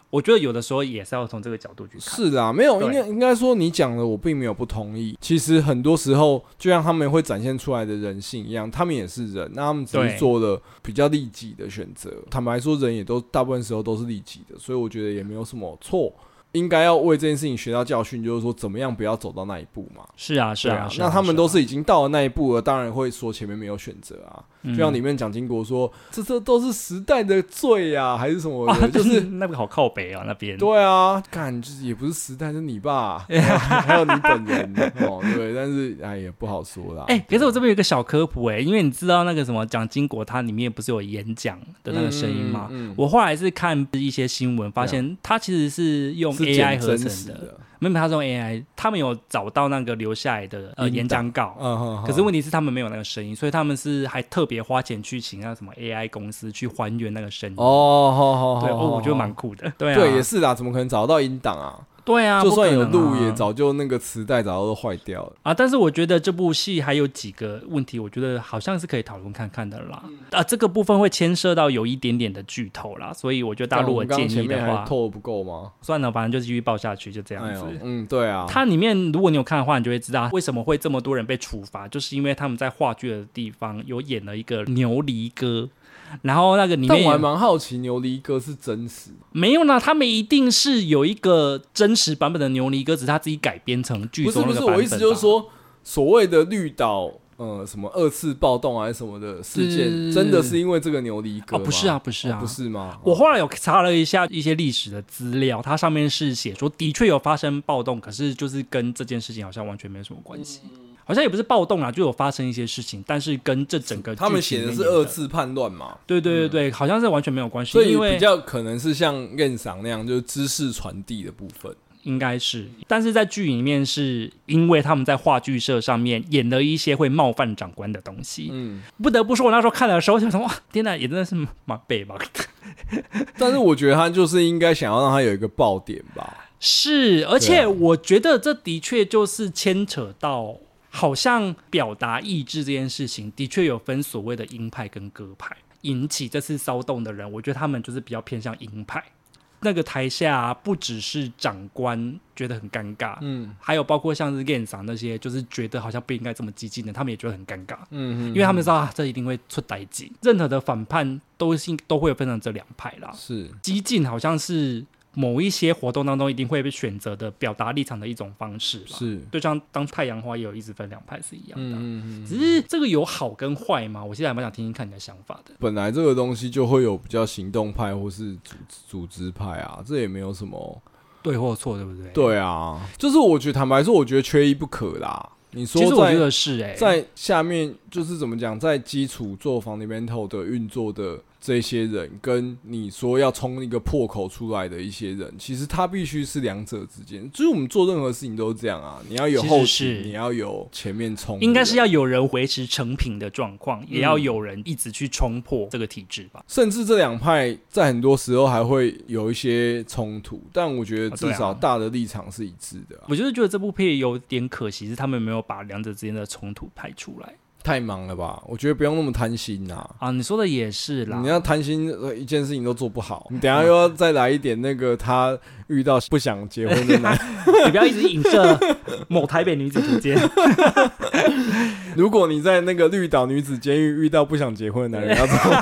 我觉得有的时候也是要从这个角度去看。 是啦，没有，应该说你讲的我并没有不同意。其实很多时候，就像他们会展现出来的人性一样，他们也是人，那他们只是做了比较利己的选择。坦白说，人也都大部分时候都是利己的，所以我觉得也没有什么错。应该要为这件事情学到教训，就是说怎么样不要走到那一步嘛。 是啊，是啊， 那他们都是已经到了那一步了，当然会说前面没有选择啊。就像里面蒋经国说，这都是时代的罪啊，还是什么的，就是那个好靠北啊那边。 对啊，干就是也不是时代，是你爸，还有你本人哦，对，但是也不好说啦。 可是我这边有一个小科普因为你知道那个什么蒋经国他里面不是有演讲的那个声音吗？我后来是看一些新闻，发现他其实是用 AI 合成的。没有，他是用 AI， 他们有找到那个留下来的演讲稿，可是问题是他们没有那个声音，所以他们是还特别花钱去请那什么 AI 公司去还原那个声音。对，我觉得蛮酷的。对啊， 对，也是啦，怎么可能找到音档啊？ 对啊， 就算有录，也早就那个磁带早就都坏掉了啊。但是我觉得这部戏还有几个问题，我觉得好像是可以讨论看看的啦。这个部分会牵涉到有一点点的剧透啦，所以我觉得大家如果建议的话， 透不够吗？ 算了，反正就继续爆下去，就这样子。 对啊。 它里面如果你有看的话，你就会知道为什么会这么多人被处罚，就是因为他们在话剧的地方有演了一个牛犁歌。然后那个里面， 但我还蛮好奇牛犁歌是真实没有啦，他们一定是有一个真实版本的牛犁歌，只是他自己改编成剧中那个版本。不是， 我意思就是说，所谓的绿岛什么2次暴动还是什么的事件，真的是因为这个牛犁歌吗？ 不是啊，不是啊， 不是吗？ 我后来有查了一下一些历史的资料，它上面是写说的确有发生暴动，可是就是跟这件事情好像完全没有什么关系。好像也不是暴动啦，就有发生一些事情，但是跟这整个他们写的是2次叛乱嘛？ 对，好像是完全没有关系， 所以比较可能是像燕赏那样，就是知识传递的部分， 应该是。但是在剧里面，是因为他们在话剧社上面演了一些会冒犯长官的东西。不得不说，我那时候看的时候就想，哇，天哪，也真的是蛮北吧。 但是我觉得他就是应该想要让他有一个爆点吧。 是，而且我觉得这的确就是牵扯到。好像表达意志这件事情的确有分所谓的鹰派跟鸽派，引起这次骚动的人，我觉得他们就是比较偏向鹰派。那个台下不只是长官觉得很尴尬，还有包括像是院长那些，就是觉得好像不应该这么激进的，他们也觉得很尴尬，因为他们知道这一定会出代志，任何的反叛都会有分成这两派啦。 是激进好像是。某一些活动当中一定会被选择的表达立场的一种方式啦， 是就像当太阳花也有一直分两派是一样的，只是这个有好跟坏吗？我现在还蛮想听听看你的想法的。 本来这个东西就会有比较行动派或是组织派啊，这也没有什么对或错，对不对？ 对啊，就是我觉得坦白说，我觉得缺一不可啦。你说，其实我觉得是在下面就是怎么讲，在基础做 fundamental 的运作的这些人，跟你说要冲一个破口出来的一些人，其实他必须是两者之间。就是我们做任何事情都是这样啊，你要有后勤，你要有前面冲， 应该是要有人维持成品的状况，也要有人一直去冲破这个体制吧。 甚至这两派在很多时候还会有一些冲突，但我觉得至少大的立场是一致的啊。 我就是觉得这部片有点可惜，是他们没有把两者之间的冲突拍出来。 太忙了吧？我觉得不用那么贪心啊！你说的也是啦。 你要贪心，一件事情都做不好。你等一下又要再来一点那个他遇到不想结婚的男人， 你不要一直影射某台北女子图鉴。 如果你在那个绿岛女子监狱遇到不想结婚的男人，要怎么？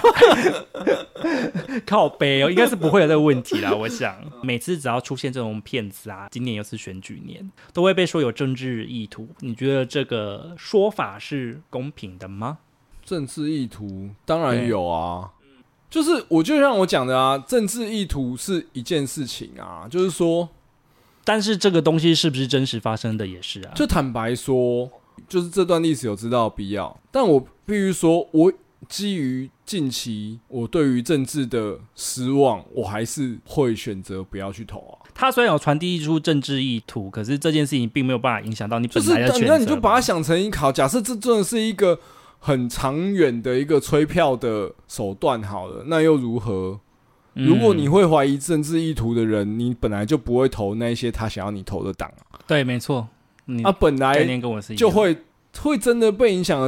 靠北应该是不会有这个问题啦。我想每次只要出现这种骗子啊，今年又是选举年，都会被说有政治意图。你觉得这个说法是公平的吗？ 政治意图当然有啊，就是我就像我讲的啊，政治意图是一件事情啊，就是说， 但是这个东西是不是真实发生的也是啊。 就坦白说，就是这段历史有知道的必要，但我必须说，我基于近期我对于政治的失望，我还是会选择不要去投啊。 他虽然有传递出政治意图，可是这件事情并没有办法影响到你本来的选择。 那你就把它想成一考，假设这真的是一个很长远的一个催票的手段好了，那又如何？如果你会怀疑政治意图的人，你本来就不会投那些他想要你投的党啊。 对，没错。 本来就会真的被影响了。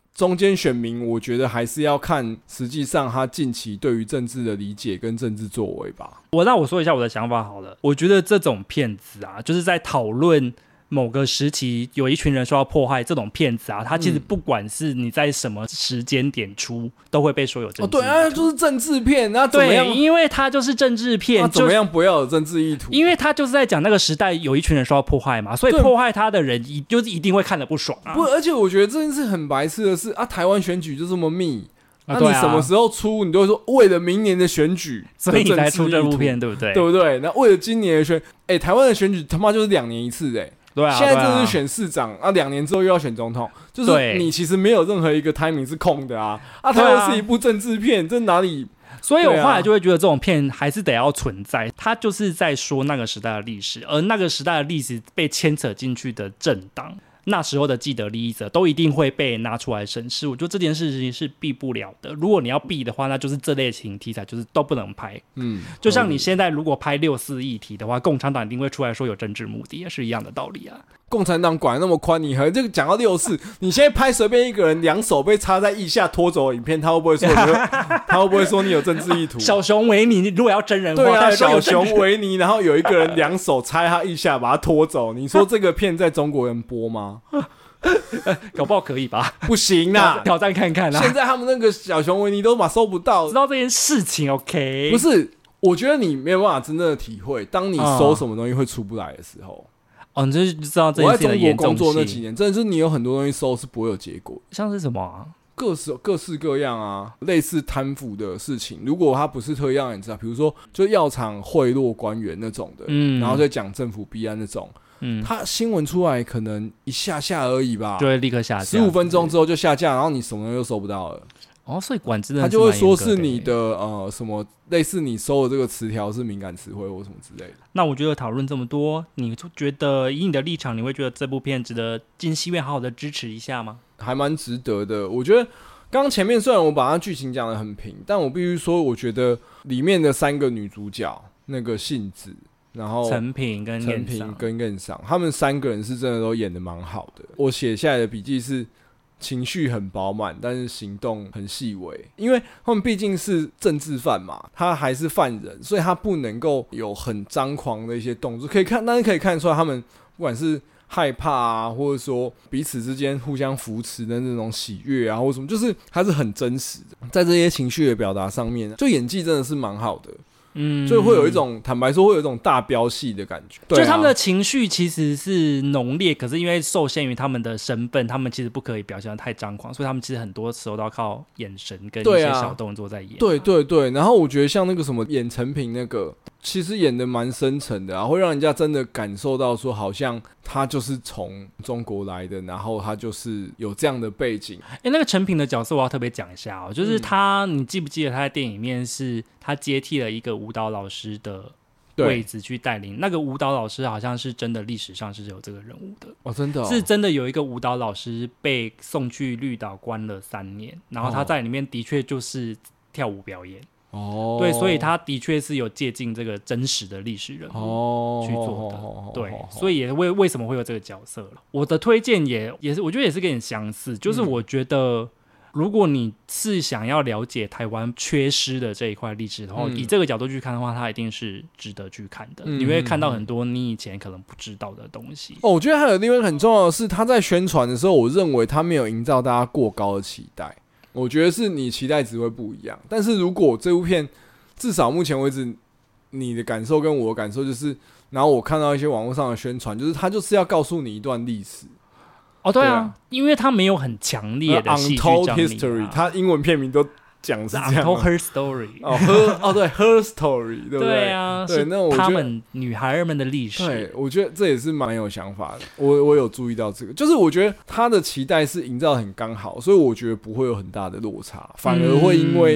中间选民，我觉得还是要看实际上他近期对于政治的理解跟政治作为吧。 那我说一下我的想法好了。我觉得这种骗子啊，就是在讨论某个时期有一群人受到迫害，这种骗子啊，他其实不管是你在什么时间点出，都会被说有政治意图。 对啊，就是政治片，那怎么样？ 对，因为他就是政治片， 怎么样不要有政治意图？ 因为他就是在讲那个时代有一群人受到迫害嘛，所以迫害他的人就是一定会看得不爽啊。 不，而且我觉得这件事很白痴的是啊，台湾选举就这么密。那你什么时候出，你都会说为了明年的选举， 所以你才出这部片，对不对？ 对不对？那为了今年的选，台湾的选举他妈就是2年一次对啊， 现在真的是选市长啊，2年之后又要选总统，就是你其实没有任何一个 timing 是空的啊。台湾是一部政治片，这哪里？ 所以我后来就会觉得这种片还是得要存在，它就是在说那个时代的历史，而那个时代的历史被牵扯进去的政党，那时候的既得利益者都一定会被拿出来审视。我觉得这件事情是避不了的。如果你要避的话，那就是这类型题材就是都不能拍。就像你现在如果拍6·4议题的话，共产党一定会出来说有政治目的，也是一样的道理啊。 共产党管那么宽，你还这个讲到6·4，你现在拍随便一个人2手被插在腋下拖走的影片，他会不会说你有政治意图？ 小熊维尼如果要真人化， 对啊，小熊维尼，然后有一个人2手插他腋下把他拖走，你说这个片在中国人播吗？ 搞不好可以吧？ 不行啦， 挑战看看啦。 现在他们那个小熊维尼都收不到， 知道这件事情 OK？ 不是，我觉得你没有办法真正的体会，当你搜什么东西会出不来的时候。 你就知道这件事情的严重性。 我在中国工作那几年，真的是你有很多东西搜是不会有结果。 像是什么啊？ 各式各样啊，类似贪腐的事情，如果他不是特样，你知道，比如说就药厂贿赂官员那种的，然后再讲政府弊案那种，他新闻出来可能一下而已吧， 就会立刻下架 ，15分钟之后就下架，然后你什么东西都搜不到了。 所以管制的他就会说是你的什么类似你搜的这个词条是敏感词汇或什么之类的。 那我觉得讨论这么多，你觉得以你的立场，你会觉得这部片值得进戏院好好的支持一下吗？ 还蛮值得的。我觉得刚刚前面虽然我把它剧情讲得很平，但我必须说，我觉得里面的3个女主角，那个杏子，然后陈平跟燕赏，他们3个人是真的都演得蛮好的。我写下来的笔记是情绪很饱满，但是行动很细微，因为他们毕竟是政治犯嘛，他还是犯人，所以他不能够有很张狂的一些动作，但是可以看得出来他们不管是害怕啊，或者说彼此之间互相扶持的那种喜悦啊，或什么，就是它是很真实的，在这些情绪的表达上面，就演技真的是蛮好的。所以会有一种坦白说，会有一种大飙戏的感觉。 就他们的情绪其实是浓烈，可是因为受限于他们的身份，他们其实不可以表现得太张狂，所以他们其实很多时候都要靠眼神跟一些小动作在演。 对。然后我觉得像那个什么演陈平那个，其实演得蛮深沉的啊，会让人家真的感受到说，好像他就是从中国来的，然后他就是有这样的背景。 那个陈平的角色我要特别讲一下就是他，你记不记得他在电影里面是他接替了一个舞蹈老师的位置去带领，那个舞蹈老师好像是真的历史上是有这个人物的真的是真的有一个舞蹈老师被送去绿岛关了3年，然后他在里面的确就是跳舞表演。对，所以他的确是有借鉴这个真实的历史人物去做的。对，所以也为什么会有这个角色了。我的推荐也是，我觉得也是跟你相似，就是我觉得如果你是想要了解台湾缺失的这一块历史的话，以这个角度去看的话，它一定是值得去看的。你会看到很多你以前可能不知道的东西。 我觉得还有另外很重要的是，他在宣传的时候，我认为他没有营造大家过高的期待。我觉得是你期待值会不一样，但是如果这部片至少目前为止你的感受跟我的感受就是，然后我看到一些网络上的宣传，就是他就是要告诉你一段历史。 对啊，因为他没有很强烈的戏剧张力。 History， 他英文片名都讲是这样。 Untold Her Story。 对 ，Her Story， 对不对？ 对啊，对，那我觉得他们女孩们的历史。 对，我觉得这也是蛮有想法的。我有注意到这个，就是我觉得他的期待是营造得很刚好，所以我觉得不会有很大的落差，反而会因为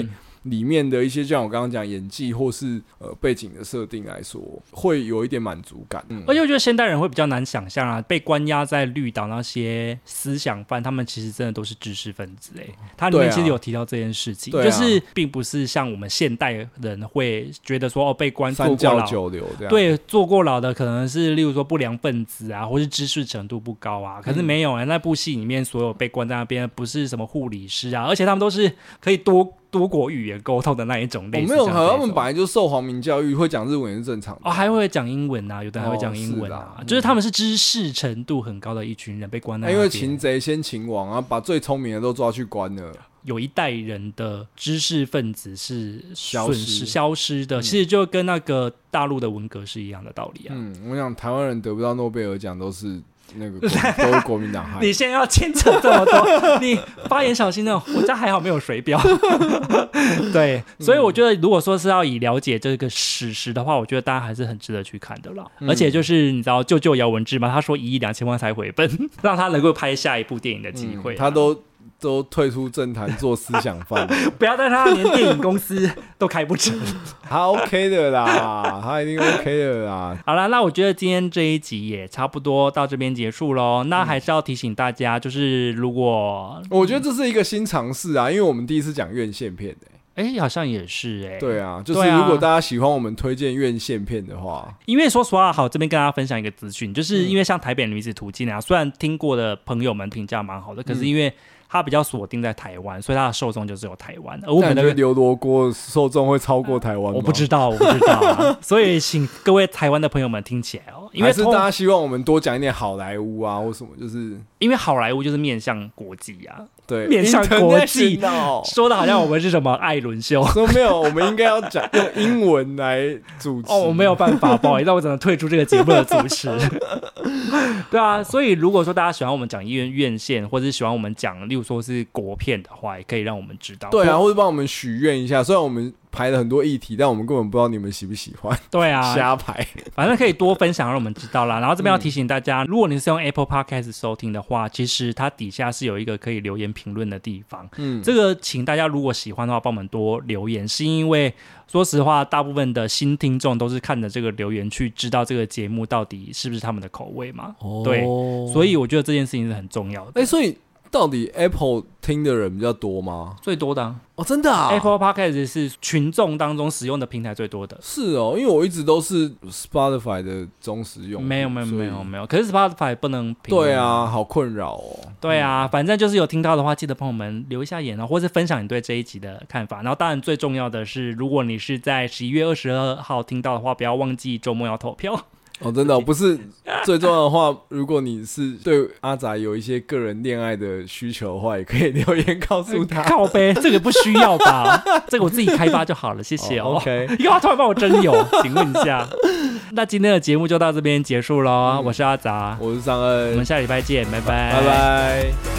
里面的一些像我刚刚讲演技或是背景的设定来说，会有一点满足感。 而且我觉得现代人会比较难想象啊，被关押在绿岛那些思想犯，他们其实真的都是知识分子他里面其实有提到这件事情，就是并不是像我们现代人会觉得说被关坐过牢， 三教九流这样。 对，坐过牢的可能是例如说不良分子啊，或是知识程度不高啊，可是没有那部戏里面所有被关在那边不是什么护理师啊，而且他们都是可以多国语言沟通的那一种类似没有，他们本来就受皇民教育，会讲日文也是正常的。 还会讲英文啊，有的还会讲英文啊，就是他们是知识程度很高的一群人被关在那边。 因为擒贼先擒王啊，把最聪明的都抓去关了。 有一代人的知识分子是消失的，其实就跟那个大陆的文革是一样的道理啊。 我想台湾人得不到诺贝尔奖都是那个都是国民党害。 你现在要牵扯这么多，你发言小心哦。我家还好没有水表。对，所以我觉得如果说是要以了解这个史实的话，我觉得大家还是很值得去看的啦。而且就是你知道救姚文智嘛，他说1亿2千万才回本，让他能够拍下一部电影的机会。 他都退出政坛做思想犯。 不要让他连电影公司都开不成。 他 OK 的啦，他一定 OK 的啦。 好啦，那我觉得今天这一集也差不多到这边结束咯。那还是要提醒大家，就是如果我觉得这是一个新尝试啊，因为我们第一次讲院线片好像也是对啊，就是如果大家喜欢我们推荐院线片的话， 因为说实话，好，这边跟大家分享一个资讯，就是因为像台北女子图鉴啊，虽然听过的朋友们评价蛮好的，可是因为它比较锁定在台湾，所以它的受众就只有台湾。而我们的刘罗锅受众会超过台湾吗？ 我不知道所以请各位台湾的朋友们听起来因为还是大家希望我们多讲一点好莱坞啊，或什么，就是因为好莱坞就是面向国际啊。 对， 面向国际，说的好像我们是什么艾伦秀。 说没有，我们应该要讲用英文来主持。 我没有办法，不好意思，那我只能退出这个节目的主持。对啊，所以如果说大家喜欢我们讲院线，或者是喜欢我们讲，例如说是国片的话，也可以让我们知道。 对啊，或者帮我们许愿一下。虽然我们排了很多议题，但我们根本不知道你们喜不喜欢。 对啊， 瞎排， 反正可以多分享让我们知道啦。然后这边要提醒大家，如果你是用 Apple Podcast 收听的话，其实它底下是有一个可以留言评论的地方。这个请大家如果喜欢的话，帮我们多留言，是因为说实话，大部分的新听众都是看着这个留言去知道这个节目到底是不是他们的口味嘛。对，所以我觉得这件事情是很重要的。 所以到底 Apple 听的人比较多吗？ 最多的真的啊 ，Apple Podcast 是群众当中使用的平台最多的。 是因为我一直都是 Spotify 的忠实用户。 没有，可是 Spotify 不能评论。 对啊，好困扰对啊，反正就是有听到的话，记得帮我们留一下言或是分享你对这一集的看法。然后当然最重要的是，如果你是在11月22号听到的话，不要忘记周末要投票。 真的不是最重要的话，如果你是对阿仔有一些个人恋爱的需求的话，也可以留言告诉他。 靠北，这个不需要吧？这个我自己开发就好了，谢谢 OK， 因为他突然帮我征友，请问一下。那今天的节目就到这边结束咯。我是阿杂， 我是尚恩， 我们下礼拜见，拜拜， 拜拜。